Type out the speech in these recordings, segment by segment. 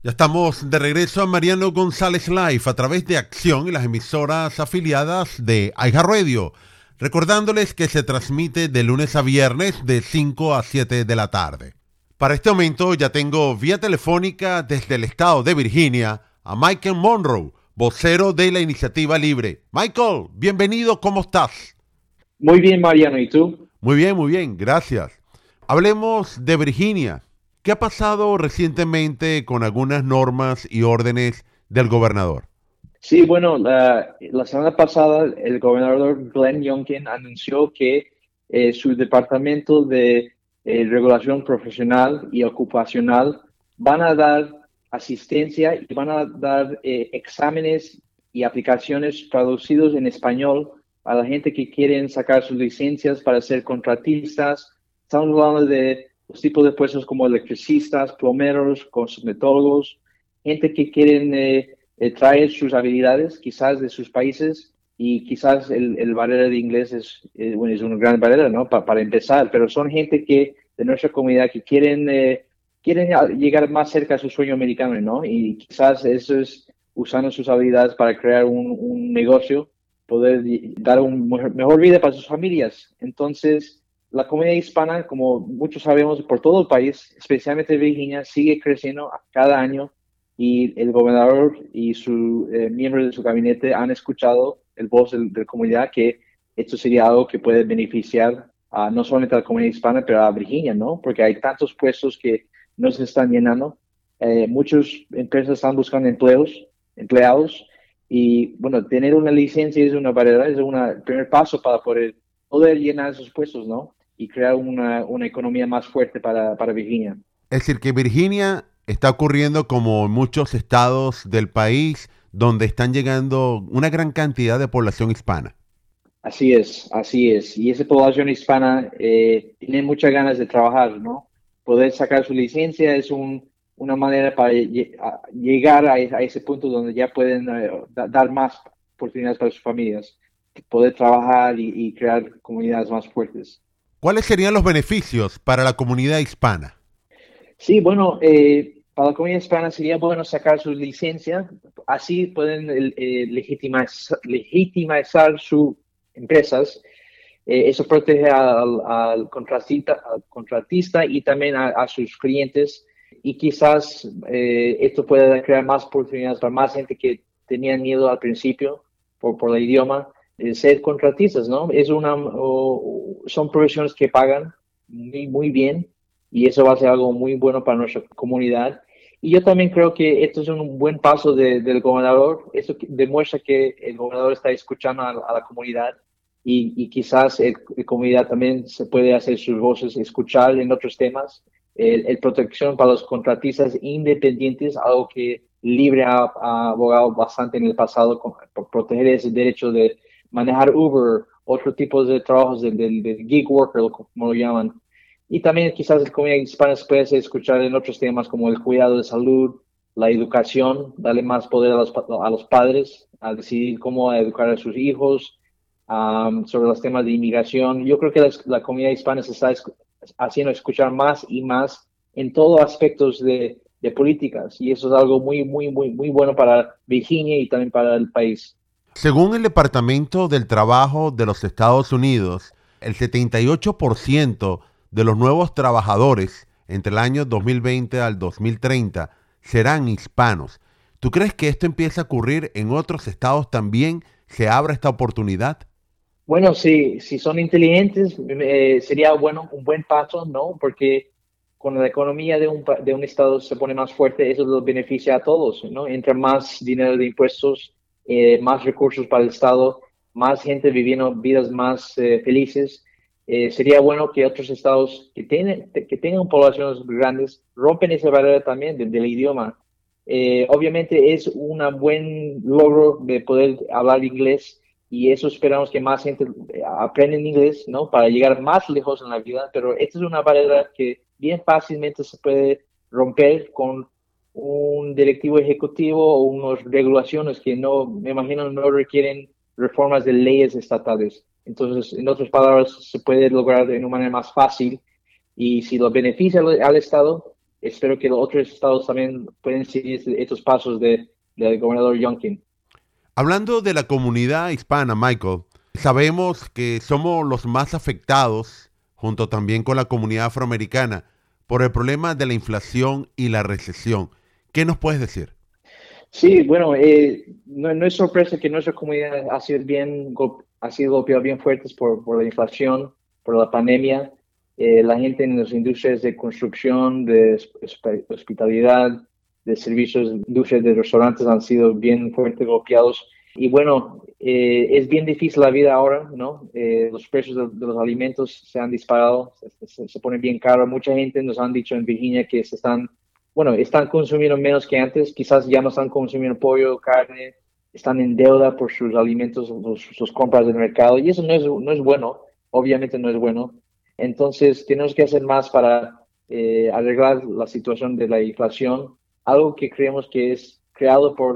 Ya estamos de regreso a Mariano González Live a través de Acción y las emisoras afiliadas de iHeartRadio. Recordándoles que se transmite de lunes a viernes de 5 a 7 de la tarde. Para este momento ya tengo vía telefónica desde el estado de Virginia a Michael Monroe, vocero de la Iniciativa Libre. Michael, bienvenido, ¿cómo estás? Muy bien, Mariano, ¿y tú? Muy bien, gracias. Hablemos de Virginia. ¿Qué ha pasado recientemente con algunas normas y órdenes del gobernador? Sí, bueno, la semana pasada el gobernador Glenn Youngkin anunció que su departamento de regulación profesional y ocupacional van a dar asistencia y van a dar exámenes y aplicaciones traducidos en español a la gente que quieren sacar sus licencias para ser contratistas. Estamos hablando de los tipos de puestos como electricistas, plomeros, cosmetólogos, gente que quieren traer sus habilidades quizás de sus países y quizás el barrera de inglés bueno, es una gran barrera, ¿no? Para empezar, pero son gente que de nuestra comunidad que quieren llegar más cerca a su sueño americano, ¿no? Y quizás eso es usando sus habilidades para crear un negocio, poder dar una mejor vida para sus familias. Entonces, la comunidad hispana, como muchos sabemos, por todo el país, especialmente Virginia, sigue creciendo cada año y el gobernador y su miembro de su gabinete han escuchado el voz de la comunidad que esto sería algo que puede beneficiar a, no solamente a la comunidad hispana, pero a Virginia, ¿no? Porque hay tantos puestos que no se están llenando. Muchas empresas están buscando empleados, y bueno, tener una licencia es una barrera, es el primer paso para poder llenar esos puestos, ¿no? Y crear una economía más fuerte para Virginia. Es decir, que Virginia está ocurriendo como en muchos estados del país donde están llegando una gran cantidad de población hispana. Así es, así es. Y esa población hispana tiene muchas ganas de trabajar, ¿no? Poder sacar su licencia es una manera para llegar a ese punto donde ya pueden dar más oportunidades para sus familias, poder trabajar y crear comunidades más fuertes. ¿Cuáles serían los beneficios para la comunidad hispana? Sí, bueno, para la comunidad hispana sería bueno sacar su licencia, así pueden legitimizar sus empresas. Eso protege al contratista y también a sus clientes, y quizás esto pueda crear más oportunidades para más gente que tenían miedo al principio por el idioma, ser contratistas, ¿no? Son profesiones que pagan muy bien, y eso va a ser algo muy bueno para nuestra comunidad. Y yo también creo que esto es un buen paso del gobernador. Eso demuestra que el gobernador está escuchando a la comunidad, y quizás la comunidad también se puede hacer sus voces escuchar en otros temas. El protección para los contratistas independientes, algo que Libre ha abogado bastante en el pasado, por proteger ese derecho de manejar Uber, otro tipo de trabajos del gig worker, como lo llaman. Y también quizás la comunidad hispana se puede hacer escuchar en otros temas como el cuidado de salud, la educación, darle más poder a los padres a decidir cómo educar a sus hijos, sobre los temas de inmigración. Yo creo que la comunidad hispana se está haciendo escuchar más y más en todos aspectos de políticas, y eso es algo muy bueno para Virginia y también para el país. Según el Departamento del Trabajo de los Estados Unidos, el 78% de los nuevos trabajadores entre el año 2020 al 2030 serán hispanos. ¿Tú crees que esto empieza a ocurrir en otros estados también? ¿Se abra esta oportunidad? Bueno, si son inteligentes, sería bueno, un buen paso, ¿no? Porque cuando la economía de un estado se pone más fuerte, eso los beneficia a todos, ¿no? Entra más dinero de impuestos, más recursos para el estado, más gente viviendo vidas más felices. Sería bueno que otros estados que tengan poblaciones grandes rompen esa barrera también del idioma. Obviamente es un buen logro de poder hablar inglés, y eso esperamos que más gente aprenda en inglés, ¿no? Para llegar más lejos en la vida, pero esta es una barrera que bien fácilmente se puede romper con un directivo ejecutivo o unas regulaciones que no, me imagino, no requieren reformas de leyes estatales. Entonces, en otras palabras, se puede lograr de una manera más fácil, y si lo beneficia al Estado, espero que los otros estados también pueden seguir estos pasos del gobernador Youngkin. Hablando de la comunidad hispana, Michael, sabemos que somos los más afectados, junto también con la comunidad afroamericana, por el problema de la inflación y la recesión. ¿Qué nos puedes decir? Sí, bueno, no es sorpresa que nuestra comunidad ha sido golpeada bien fuertes por la inflación, por la pandemia. La gente en las industrias de construcción, de hospitalidad, de servicios, industrias de restaurantes han sido bien fuertes golpeados. Y bueno, es bien difícil la vida ahora, ¿no? Los precios de los alimentos se han disparado, se ponen bien caros. Mucha gente nos han dicho en Virginia que están consumiendo menos que antes, quizás ya no están consumiendo pollo, carne, están en deuda por sus alimentos, sus compras del mercado, y eso no es bueno, obviamente no es bueno. Entonces, tenemos que hacer más para arreglar la situación de la inflación, algo que creemos que es creado por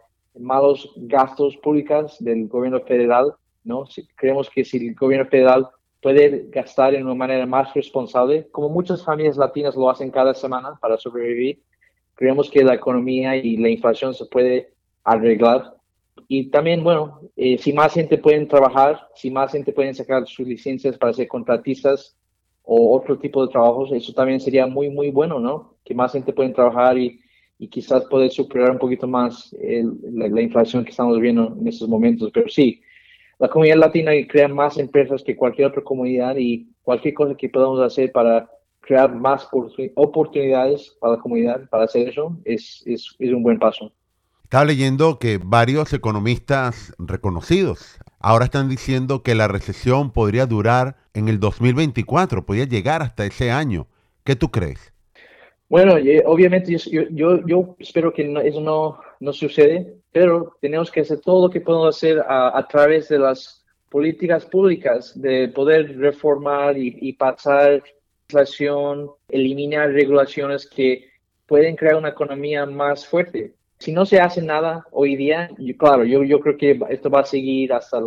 malos gastos públicos del gobierno federal, ¿no? Creemos que si el gobierno federal puede gastar de una manera más responsable, como muchas familias latinas lo hacen cada semana para sobrevivir. Creemos que la economía y la inflación se puede arreglar. Y también, bueno, si más gente puede trabajar, si más gente puede sacar sus licencias para ser contratistas o otro tipo de trabajos, eso también sería muy, muy bueno, ¿no? Que más gente puede trabajar y quizás poder superar un poquito más la inflación que estamos viendo en estos momentos. Pero sí, la comunidad latina crea más empresas que cualquier otra comunidad, y cualquier cosa que podamos hacer para crear más oportunidades para la comunidad, para hacer eso, es un buen paso. Estaba leyendo que varios economistas reconocidos ahora están diciendo que la recesión podría durar en el 2024, podría llegar hasta ese año. ¿Qué tú crees? Bueno, obviamente yo espero que eso no sucede, pero tenemos que hacer todo lo que podemos hacer a través de las políticas públicas, de poder reformar y pasar legislación, eliminar regulaciones que pueden crear una economía más fuerte. Si no se hace nada hoy día, claro, yo creo que esto va a seguir hasta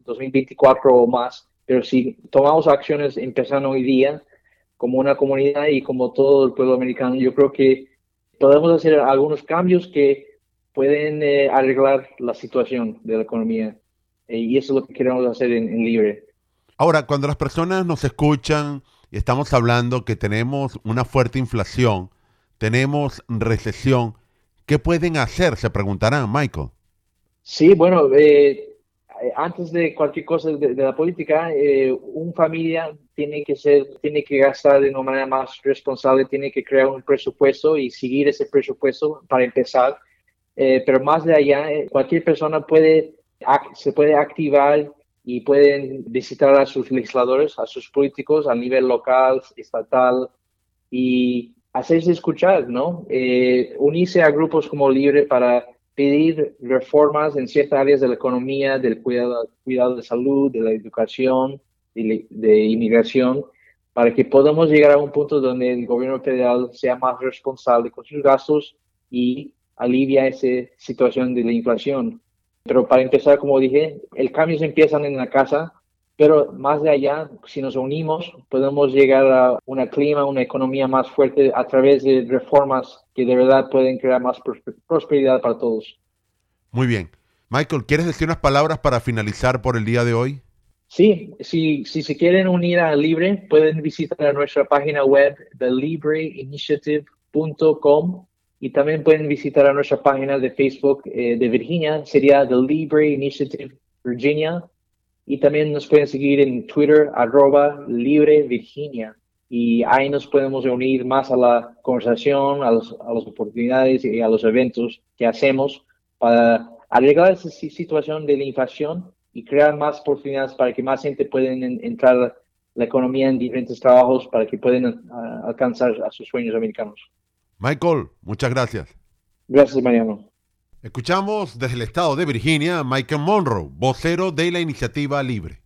2024 o más, pero si tomamos acciones empezando hoy día, como una comunidad y como todo el pueblo americano, yo creo que podemos hacer algunos cambios que pueden arreglar la situación de la economía. Y eso es lo que queremos hacer en Libre. Ahora, cuando las personas nos escuchan y estamos hablando que tenemos una fuerte inflación, tenemos recesión, ¿qué pueden hacer? Se preguntarán, Michael. Sí, bueno, antes de cualquier cosa de la política, una familia tiene que gastar de una manera más responsable, tiene que crear un presupuesto y seguir ese presupuesto para empezar. Pero más de allá, cualquier persona se puede activar y pueden visitar a sus legisladores, a sus políticos a nivel local, estatal, y hacerse escuchar, ¿no? Unirse a grupos como Libre para pedir reformas en ciertas áreas de la economía, del cuidado de salud, de la educación, de inmigración, para que podamos llegar a un punto donde el gobierno federal sea más responsable con sus gastos y alivia esa situación de la inflación. Pero para empezar, como dije, el cambio se empieza en la casa, pero más de allá, si nos unimos, podemos llegar a un clima, una economía más fuerte a través de reformas que de verdad pueden crear más prosperidad para todos. Muy bien. Michael, ¿quieres decir unas palabras para finalizar por el día de hoy? Sí, si se quieren unir a Libre, pueden visitar nuestra página web thelibreinitiative.com, y también pueden visitar a nuestra página de Facebook de Virginia, sería The Libre Initiative Virginia. Y también nos pueden seguir en Twitter, @LibreVirginia. Y ahí nos podemos reunir más a la conversación, a las oportunidades y a los eventos que hacemos para arreglar esa situación de la inflación y crear más oportunidades para que más gente pueda entrar a la economía en diferentes trabajos para que puedan alcanzar a sus sueños americanos. Michael, muchas gracias. Gracias, Mariano. Escuchamos desde el estado de Virginia a Michael Monroe, vocero de la Iniciativa Libre.